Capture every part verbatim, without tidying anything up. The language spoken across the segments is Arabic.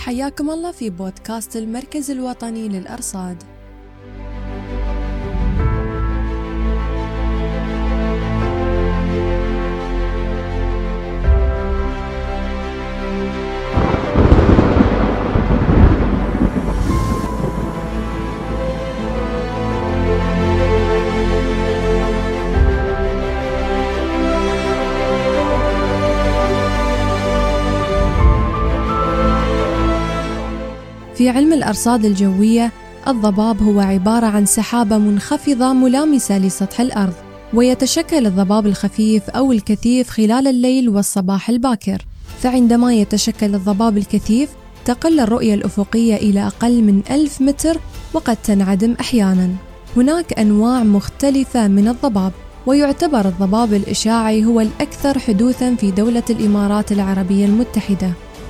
حياكم الله في بودكاست المركز الوطني للأرصاد. في علم الأرصاد الجوية، الضباب هو عبارة عن سحابة منخفضة ملامسة لسطح الأرض، ويتشكل الضباب الخفيف أو الكثيف خلال الليل والصباح الباكر. فعندما يتشكل الضباب الكثيف تقل الرؤية الأفقية إلى أقل من ألف متر وقد تنعدم أحياناً. هناك أنواع مختلفة من الضباب، ويعتبر الضباب الإشعاعي هو الأكثر حدوثاً في دولة الإمارات العربية المتحدة.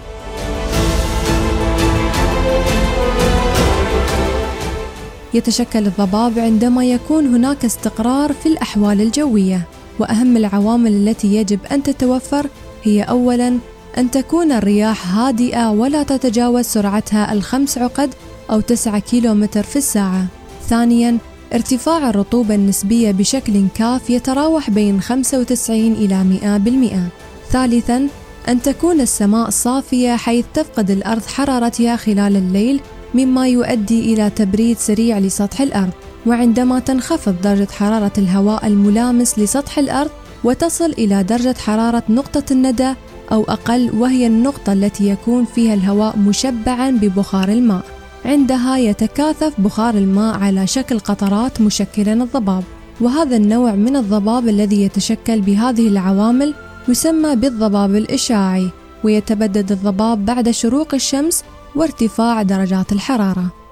يتشكل الضباب عندما يكون هناك استقرار في الأحوال الجوية، وأهم العوامل التي يجب أن تتوفر هي أولاً أن تكون الرياح هادئة ولا تتجاوز سرعتها الخمس عقد أو تسعة كيلومتر في الساعة. ثانياً ارتفاع الرطوبة النسبية بشكل كاف يتراوح بين خمسة وتسعين إلى مئة بالمئة. ثالثاً أن تكون السماء صافية حيث تفقد الأرض حرارتها خلال الليل، مما يؤدي إلى تبريد سريع لسطح الأرض. وعندما تنخفض درجة حرارة الهواء الملامس لسطح الأرض وتصل إلى درجة حرارة نقطة الندى أو أقل، وهي النقطة التي يكون فيها الهواء مشبعاً ببخار الماء، عندها يتكاثف بخار الماء على شكل قطرات مشكلاً الضباب. وهذا النوع من الضباب الذي يتشكل بهذه العوامل يسمى بالضباب الإشعاعي، ويتبدد الضباب بعد شروق الشمس وارتفاع درجات الحرارة.